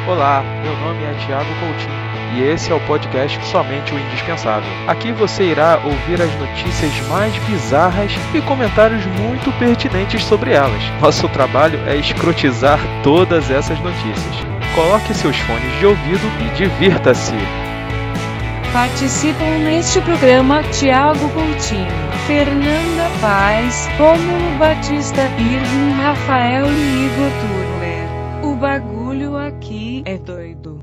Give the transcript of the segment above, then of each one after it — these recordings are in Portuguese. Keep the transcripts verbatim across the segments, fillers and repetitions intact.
Olá, meu nome é Thiago Coutinho e esse é o podcast Somente o Indispensável. Aqui você irá ouvir as notícias mais bizarras e comentários muito pertinentes sobre elas. Nosso trabalho é escrotizar todas essas notícias. Coloque seus fones de ouvido e divirta-se. Participam neste programa Thiago Coutinho, Fernanda Paz, Rômulo Batista, Irving, Rafael e Igor Turler. O bagulho aqui é doido.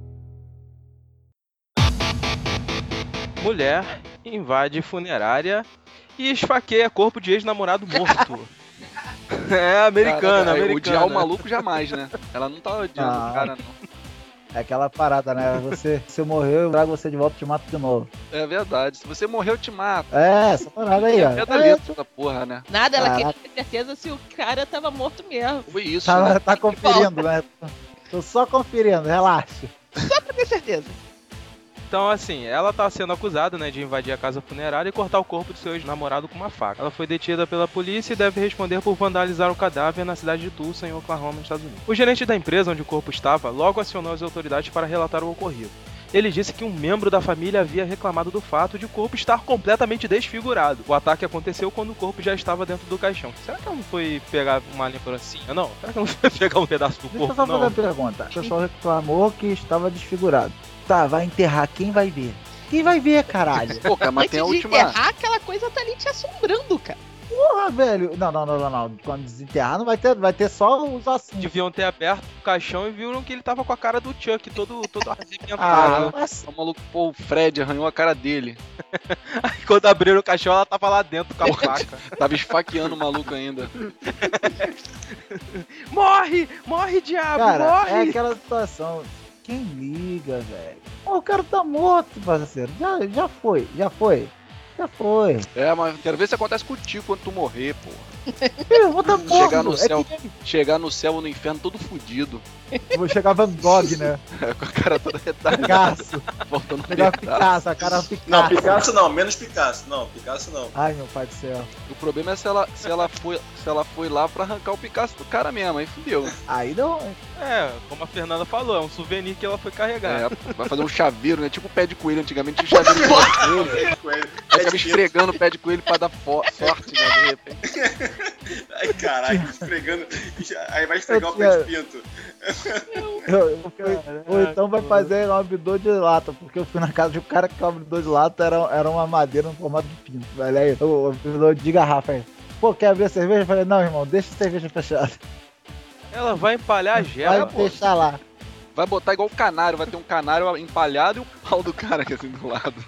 Mulher invade funerária e esfaqueia corpo de ex-namorado morto. É, americana, cara, americana. Odiar o maluco jamais, né? Ela não tá odiando Ah. o cara, não. É aquela parada, né? Você, se eu morrer, eu trago você de volta e te mato de novo. É verdade. Se você morrer, eu te mato. É, essa parada aí, ó. É da letra essa porra, né? Nada, ela Caraca. queria ter certeza se o cara tava morto mesmo. Foi isso, Tá, né? tá conferindo, né? Tô só conferindo, relaxa. Só pra ter certeza. Então, assim, ela tá sendo acusada, né, de invadir a casa funerária e cortar o corpo do seu ex-namorado com uma faca. Ela foi detida pela polícia e deve responder por vandalizar o cadáver na cidade de Tulsa, em Oklahoma, nos Estados Unidos. O gerente da empresa onde o corpo estava logo acionou as autoridades para relatar o ocorrido. Ele disse que um membro da família havia reclamado do fato de o corpo estar completamente desfigurado. O ataque aconteceu quando o corpo já estava dentro do caixão. Será que ela não foi pegar uma lembrancinha, não? Será que ela não foi pegar um pedaço do Deixa eu corpo, só fazer não? uma pergunta. O pessoal reclamou que estava desfigurado. Tá, vai enterrar, quem vai ver? Quem vai ver, caralho? Pô, cara, mas Antes tem a de última... enterrar, aquela coisa tá ali te assombrando, cara. Porra, velho. Não, não, não, não, não. Quando desenterrar, não vai ter, vai ter só os ossinhos. Deviam ter aberto o caixão e viram que ele tava com a cara do Chuck, todo, todo arrebentado. Ah, mas... O maluco, pô, o Fred arranhou a cara dele. Aí quando abriram o caixão, ela tava lá dentro com a faca. Tava esfaqueando o maluco ainda. Morre! Morre, diabo! Cara, morre! é aquela situação. Quem liga, velho? Pô, o cara tá morto, parceiro. Já, já foi, já foi. Já foi. É, mas quero ver se acontece contigo quando tu morrer, pô. Eu vou tá morto. Chegar no É céu. que- Chegar no céu ou no inferno todo fudido. Vou chegar Van Gogh, né? Com a cara toda retardada. Picasso. Voltando a Pegar pedaço. Picasso, a cara Picasso. Não, Picasso não, menos Picasso. Não, Picasso não. Ai, meu pai do céu. O problema é se ela, se ela, foi, se ela foi lá pra arrancar o Picasso do cara mesmo, aí fudeu. Aí não. É, como a Fernanda falou, é um souvenir que ela foi carregar. É, vai fazer um chaveiro, né? Tipo o pé de coelho, antigamente tinha chaveiro de pé de coelho. Com ele. Aí ficava esfregando o pé de coelho pra dar fo- sorte, né? De repente. Ai, caralho, esfregando. Aí vai esfregar Eu o pé de tinha- pinto. Eu- eu- ou então vai fazer um abridor de lata, porque eu fui na casa de um cara que o abridor de lata era, era uma madeira no formato de pinto. Olha aí, o abridor de garrafa aí. Pô, quer abrir a cerveja? Eu falei, não, irmão, deixa a cerveja fechada. Ela vai empalhar a Vai gela, pô. deixar lá. Vai botar igual o canário, vai ter um canário empalhado e o pau do cara aqui assim do lado.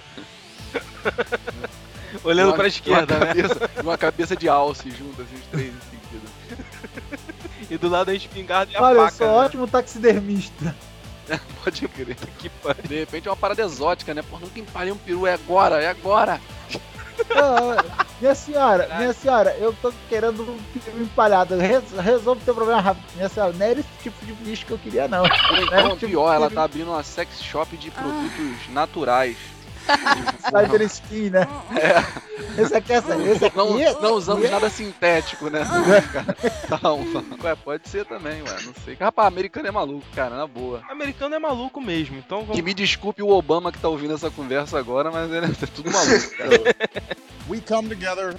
Olhando Uma- pra esquerda, uma né? cabeça, uma cabeça de alce junto, assim, os três em seguida. E do lado a espingarda e a Olha, eu faca. sou né? ótimo taxidermista. Pode crer. Que pariu. De repente é uma parada exótica, né? Pô, nunca empalhei um peru, é agora, é agora. Ah, minha senhora, minha senhora, eu tô querendo um peru empalhado. Res- Resolve o teu problema rápido. Minha senhora, não era esse tipo de bicho que eu queria, não. Ou Era então, tipo pior, ela peru- tá abrindo uma sex shop de produtos naturais. Cyber skin, né? Esse aqui, essa, esse aqui. Não, não usamos esse- nada sintético, né? Calma. Ué, pode ser também, ué, não sei. Rapaz, americano é maluco, cara, na boa. Americano é maluco mesmo, então Que vamos... me desculpe o Obama que tá ouvindo essa conversa agora, mas ele é tudo maluco, cara. We come together.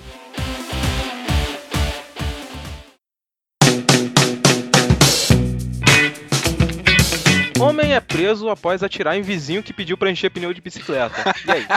Homem é preso após atirar em vizinho que pediu pra encher pneu de bicicleta. E aí?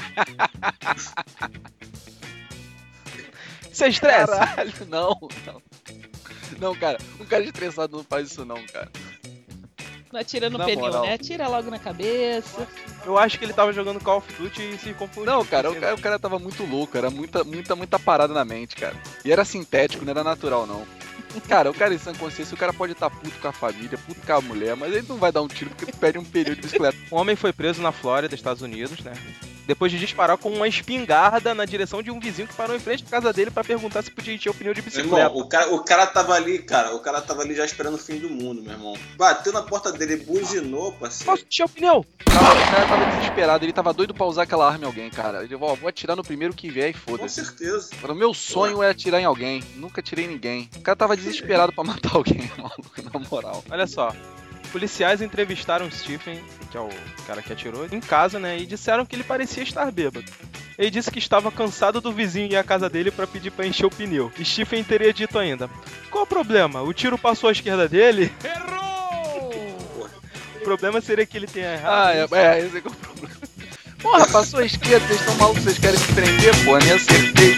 Isso é estresse? Caralho, não, não. Não, cara, um cara estressado não faz isso não, cara. Não atira no Na pneu, moral. né? Atira logo na cabeça. Eu acho que ele tava jogando Call of Duty e se confundiu. Não, cara, o cara, o cara tava muito louco, era muita, muita, muita parada na mente, cara. E era sintético, não era natural, não. Cara, o cara em sã consciência, o cara pode estar puto com a família, puto com a mulher, mas ele não vai dar um tiro porque perde um pneu de bicicleta. Um homem foi preso na Flórida, Estados Unidos, né? Depois de disparar com uma espingarda na direção de um vizinho que parou em frente à casa dele pra perguntar se podia encher o pneu de Meu bicicleta. irmão, o cara, o cara tava ali, cara. O cara tava ali já esperando o fim do mundo, meu irmão. Bateu na porta dele, buzinou, parceiro. Posso encher o pneu? Tava- o cara tava desesperado, ele tava doido pra usar aquela arma em alguém, cara. Ele falou, ó, vou atirar no primeiro que vier e Com foda-se. certeza. O meu sonho é atirar em alguém, nunca atirei em ninguém. O cara tava desesperado pra matar alguém, maluco, na moral. Olha só. Policiais entrevistaram Stephen, que é o cara que atirou, em casa, né? E disseram que ele parecia estar bêbado. Ele disse que estava cansado do vizinho ir à casa dele para pedir para encher o pneu. E Stephen teria dito ainda: qual o problema? O tiro passou à esquerda dele? Errou! O problema seria que ele tenha errado. Ah, é, é, esse é que é o problema. Porra, passou à esquerda, vocês estão malucos, vocês querem se prender, pô, nem acertei.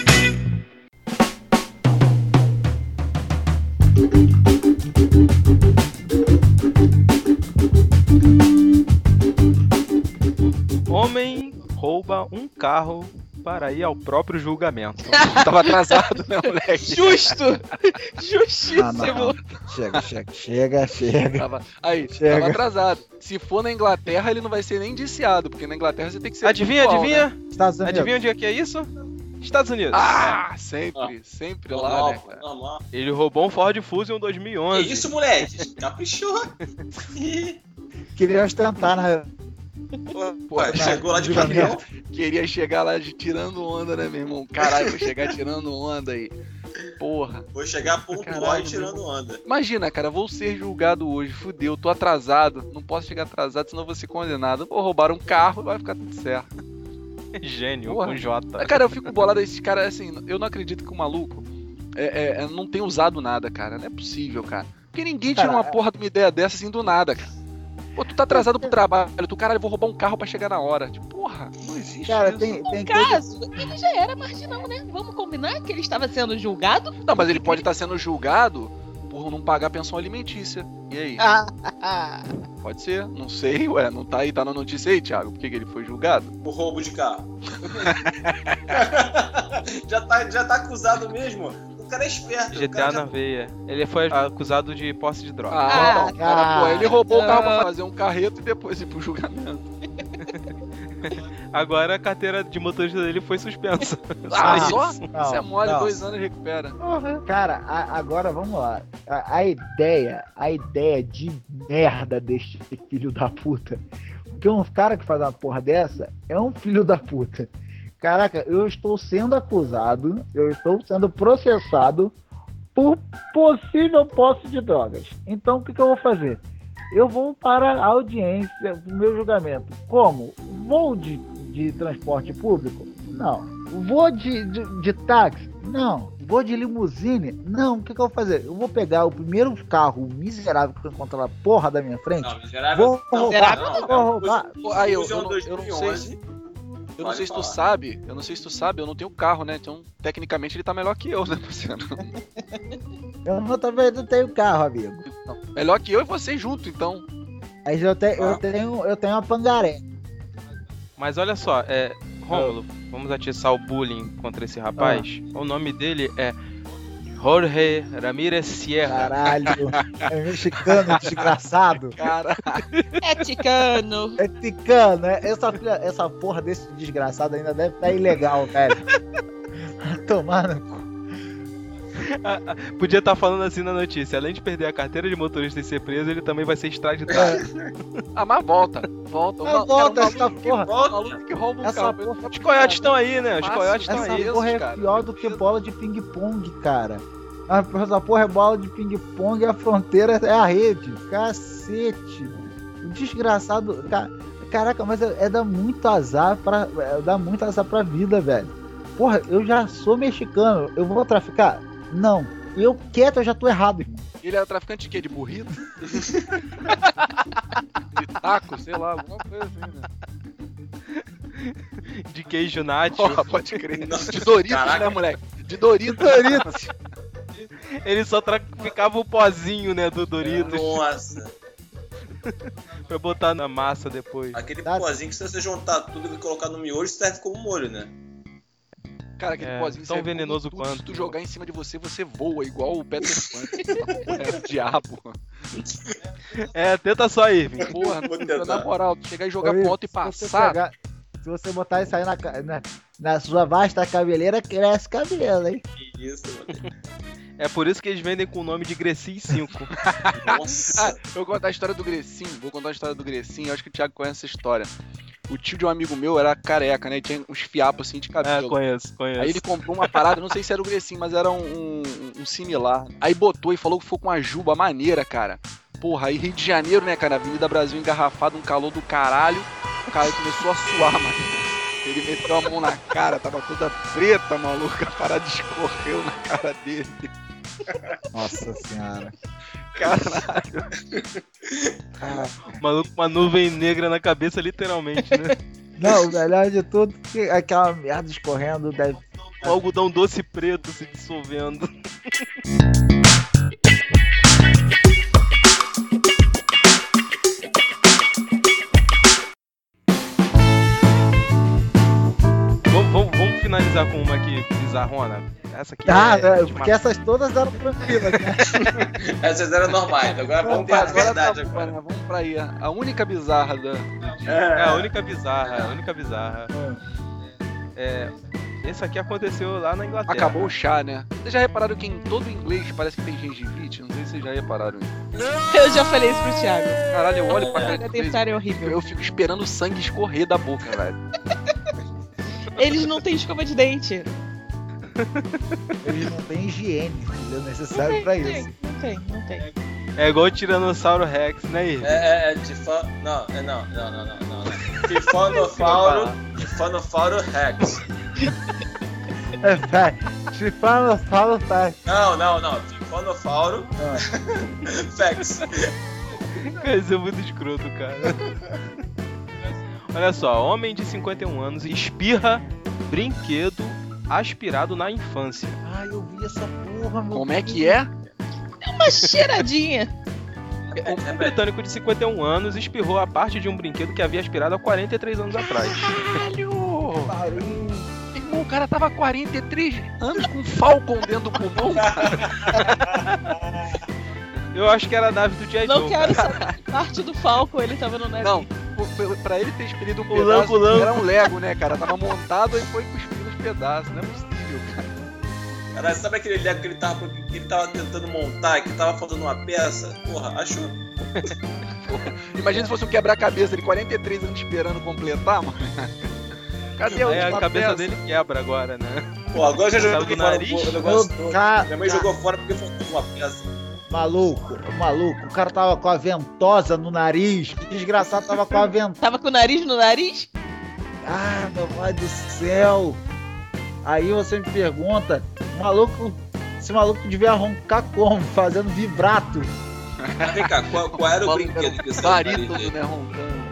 Homem rouba um carro para ir ao próprio julgamento. Tava atrasado, né, moleque? Justo! Justíssimo! Ah, não. Chega, chega, chega, chega. Tava, aí, Chega. tava atrasado. Se for na Inglaterra, ele não vai ser nem indiciado, porque na Inglaterra você tem que ser Adivinha, igual, adivinha? né? Estados Unidos. Adivinha onde é que é isso? Estados Unidos. Ah, sempre, sempre lá, Normal, né, pô, cara? normal. Ele roubou um Ford Fusion dois mil e Que onze. isso, moleque? Caprichou. Queria ostentar, né? Pô, chegou lá de caminhão. Queria chegar lá de tirando onda, né, meu irmão? Caralho, vou chegar tirando onda aí. Porra. Vou chegar pontual Caralho, e tirando onda. Imagina, cara, vou ser julgado hoje, fudeu, tô atrasado, não posso chegar atrasado, senão vou ser condenado. Vou roubar um carro e vai ficar tudo certo. Gênio, Porra. com J. Cara, eu fico bolado, esses caras, assim, eu não acredito que o maluco é, é, não tem usado nada, cara, não é possível, cara. Porque ninguém tira uma porra de uma ideia dessa assim do nada, cara. Pô, tu tá atrasado pro trabalho, tu, caralho, vou roubar um carro pra chegar na hora. Tipo, porra, não existe Cara, isso. tem, No tem coisa... caso, ele já era marginal, né? Vamos combinar que ele estava sendo julgado? Não, mas ele pode estar sendo julgado por não pagar pensão alimentícia. E aí? Ah, Pode ser, não sei, ué, não tá aí, tá na notícia aí, Thiago, por que, que ele foi julgado? O roubo de carro. já, tá, já tá acusado mesmo. O cara é esperto. G o T cara A já... na veia. Ele foi acusado de posse de droga. Ah, Ah, não, cara, pô, ele roubou o carro pra ah. fazer um carreto e depois ir pro julgamento. Agora a carteira de motorista dele foi suspensa. Ah, Só só? isso. Não, Você é mole, não. dois anos e recupera. Cara, a- agora vamos lá. A, a ideia, a ideia de merda deste filho da puta. Porque um cara que faz uma porra dessa é um filho da puta. Caraca, eu estou sendo acusado, eu estou sendo processado por possível posse de drogas. Então o que, que eu vou fazer? Eu vou para a audiência do meu julgamento. Como? Vou de, de transporte público? Não. Vou de, de, de táxi? Não. Vou de limusine? Não. O que, que eu vou fazer? Eu vou pegar o primeiro carro miserável que eu encontrar na porra da minha frente. Não, miserável. Vou não, roubar, não, vou roubar. Pô, aí, eu, Fusion eu, não, eu não sei se, dois mil e onze. eu não Pode sei se tu falar. sabe, eu não sei se tu sabe, eu não tenho carro, né? Então, tecnicamente, ele tá melhor que eu, né, parceiro? Eu não, também não tenho carro, amigo. Não, melhor que eu e você junto, então. Aí eu, te, eu, Ah. tenho, eu tenho uma pangaré. Mas olha só, é. Rômulo, vamos atiçar o bullying contra esse rapaz. O nome dele é Jorge Ramírez Sierra. Caralho. É mexicano, desgraçado. Cara, é ticano. É ticano, é? Essa, filha- essa porra desse desgraçado ainda deve estar ilegal, velho. Tomar no cu. Podia estar falando assim na notícia. Além de perder a carteira de motorista e ser preso, ele também vai ser extraditado. ah, mas volta, volta. Mas Uma- volta cara, um essa maluco que- porra. um maluco que rouba um Essa carro. porra- Os coiotes estão aí, né? Os Fácil, coiotes estão essa aí. Essa porra é cara. pior do que bola de ping-pong, cara. Essa porra é bola de ping-pong e a fronteira é a rede. Cacete. O desgraçado. ca- Caraca, mas é, é dar muito azar pra. É dar muito azar pra vida, velho. Porra, eu já sou mexicano. Eu vou traficar? Não. Eu quieto, eu já tô errado, irmão. Ele era traficante de quê? De burrito? de taco, sei lá, alguma coisa assim, né? De queijo nacho. Porra, pode crer. Nossa, De Doritos, caraca. né, moleque? De Doritos. Doritos. Ele só traficava o pozinho, né, do Doritos Nossa. pra botar na massa depois. Aquele Tá. pozinho que se você juntar tudo e colocar no miojo, serve como molho, né? Cara, aquele É, pozinho tão serve como venenoso tudo. quanto. Se tu jogar em cima de você, você voa, igual o Peter Pan. É o diabo. É, tenta só, Irving. Porra, Vou tentar. na moral, tu chegar e jogar Oi, pro alto e se você passar. pegar- se você botar isso aí na, ca- na, na sua vasta cabeleira, cresce cabelo, hein? Que isso, mano. É por isso que eles vendem com o nome de Grecin cinco. Nossa. Ah, eu vou contar a história do Grecin, vou contar a história do Grecin, eu acho que o Thiago conhece essa história. O tio de um amigo meu era careca, né? Tinha uns fiapos assim de É, cabelo. conheço, conheço. Aí ele comprou uma parada, não sei se era o Grecin, mas era um, um, um similar. Aí botou e falou que ficou com uma juba maneira, cara. Porra, aí Rio de Janeiro, né, cara? Avenida Brasil engarrafado, um calor do caralho. O cara começou a suar, mano. Ele meteu a mão na cara, tava toda preta, maluco. A parada escorreu na cara dele. Nossa senhora. Caralho. O maluco com uma nuvem negra na cabeça, literalmente, né? Não, o melhor de tudo é que aquela merda escorrendo deve. Um algodão doce preto se dissolvendo. Vamos, vamos, vamos finalizar com uma aqui bizarrona. Essa aqui Ah, é, é, porque essas todas eram tranquilas, né? Essas eram normais, agora vamos para a verdade tá, agora. Vamos pra aí. A única bizarra da, do dia. É a única bizarra, a única bizarra. É, esse aqui aconteceu lá na Inglaterra. Acabou o chá, né? Vocês já repararam que em todo inglês parece que tem gengivite? Não sei se vocês já repararam isso. Eu já falei isso pro Thiago. Caralho, eu olho pra cara A de dentária é horrível. eu fico esperando o sangue escorrer da boca, velho. Eles não têm escova de dente. Eles não têm higiene, entendeu? Não Necessário tem, pra não isso. tem, não tem, não tem. É igual o Tiranossauro Rex, né, Irving? É, é, é, tifan... Não, é, não, não, não, não, não, não. Tifanofauro, Tifanofauro Rex. É, vai. Chifano, fala, tá. Não, não, não. Tifanofauro Fex. Cara, isso é muito escroto, cara. Olha só, homem de cinquenta e um anos espirra brinquedo aspirado na infância. Ai, eu vi essa porra, meu. Como é que é? É uma cheiradinha. Um britânico de cinquenta e um anos espirrou a parte de um brinquedo que havia aspirado há quarenta e três anos atrás. Caralho! Pariu. Irmão, o cara tava há quarenta e três anos com um Falcon dentro do pulmão, cara. Eu acho que era a nave do G I. Não Joe, quero cara. saber que parte do Falcon ele tava no nariz. Não, p- pra ele ter expelido um Pulando, pedaço, pulando. era um Lego, né, cara? Tava montado e foi cuspindo os pedaços. Não é possível, cara. Cara, sabe aquele Lego que ele tava, que ele tava tentando montar, que tava faltando uma peça? Porra, achou. Imagina se fosse um quebra-cabeça de quarenta e três anos esperando completar, mano. Cadê a Aí última a cabeça peça? dele quebra agora, né? Pô, agora já Saiu joguei do fora nariz? o negócio Ô, todo. cara, Minha mãe cara. jogou fora porque faltou uma peça. Maluco, maluco, o cara tava com a ventosa no nariz. Que desgraçado tava com a ventosa. Tava com o nariz no nariz? Ah, meu pai do céu. Aí você me pergunta, maluco, esse maluco devia roncar como? Fazendo vibrato. Mas vem cá, qual, qual era o Maluco, brinquedo que saiu do nariz Barítono, dele? né, roncando.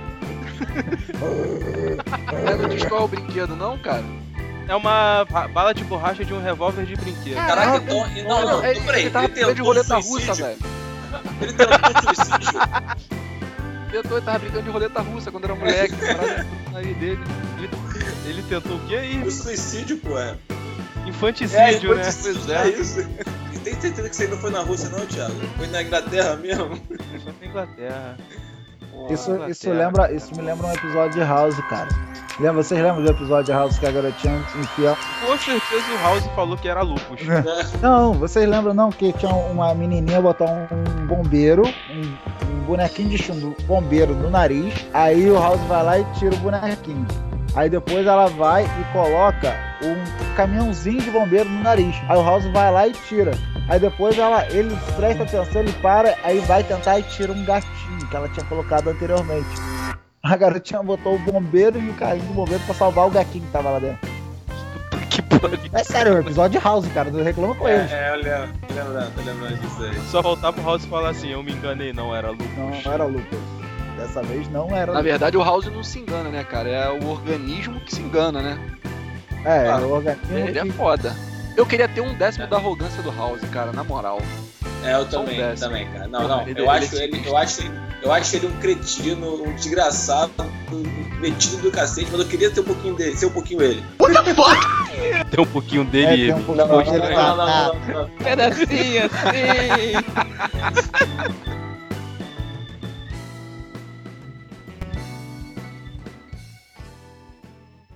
Mas não diz qual é o brinquedo, não, cara? É uma ba- bala de borracha de um revólver de brinquedo. Caraca, então... Não, não, ele, não, peraí. ele tava Ele brincando de tentou roleta suicídio. russa, velho. Ele tentou suicídio. Tentou, ele tava brincando de roleta russa quando era moleque. Parada no nariz dele. Ele, ele tentou o quê aí? O suicídio, pô, é. Infanticídio, né? Pois é. isso. E tem certeza que você não foi na Rússia, não, Thiago? Foi na Inglaterra mesmo? Só na Inglaterra. Isso, Inglaterra. isso, lembra, isso me lembra um episódio de House, cara. Lembra, vocês lembram do episódio de House que a garotinha enfia... Com certeza o House falou que era lupus. Não, vocês lembram não que tinha uma menininha botar um bombeiro, um, um bonequinho de chumbo, bombeiro no nariz, aí o House vai lá e tira o bonequinho. Aí depois ela vai e coloca um caminhãozinho de bombeiro no nariz. Aí o House vai lá e tira. Aí depois ela, ele presta atenção, ele para, aí vai tentar e tira um gatinho que ela tinha colocado anteriormente. A garotinha botou o bombeiro e o carrinho do bombeiro pra salvar o gatinho que tava lá dentro. Que pariu. É sério, é um episódio de House, cara, não reclama com eles. É, é, eu lembro, tô lembrando, tô lembrando disso aí. Só faltava o House falar assim, eu me enganei, não era lupus. Não, não era Lucas. Dessa vez não era Na Lucas. verdade, o House não se engana, né, cara? É o organismo que se engana, né? É, Ah, é o organismo Ele é que... foda. Eu queria ter um décimo da arrogância do House, cara, na moral. É, eu Só um também, décimo. também, cara. Não, não, Ele- eu ele acho é ele, sinistro. eu acho ele, eu acho ele um cretino, um desgraçado, um metido do cacete, mas eu queria ter um pouquinho dele, ser um pouquinho ele. Tem um pouquinho É, dele. tem um pouquinho ficou dele. estranho. Não, não, não, não, não. Pedacinho assim.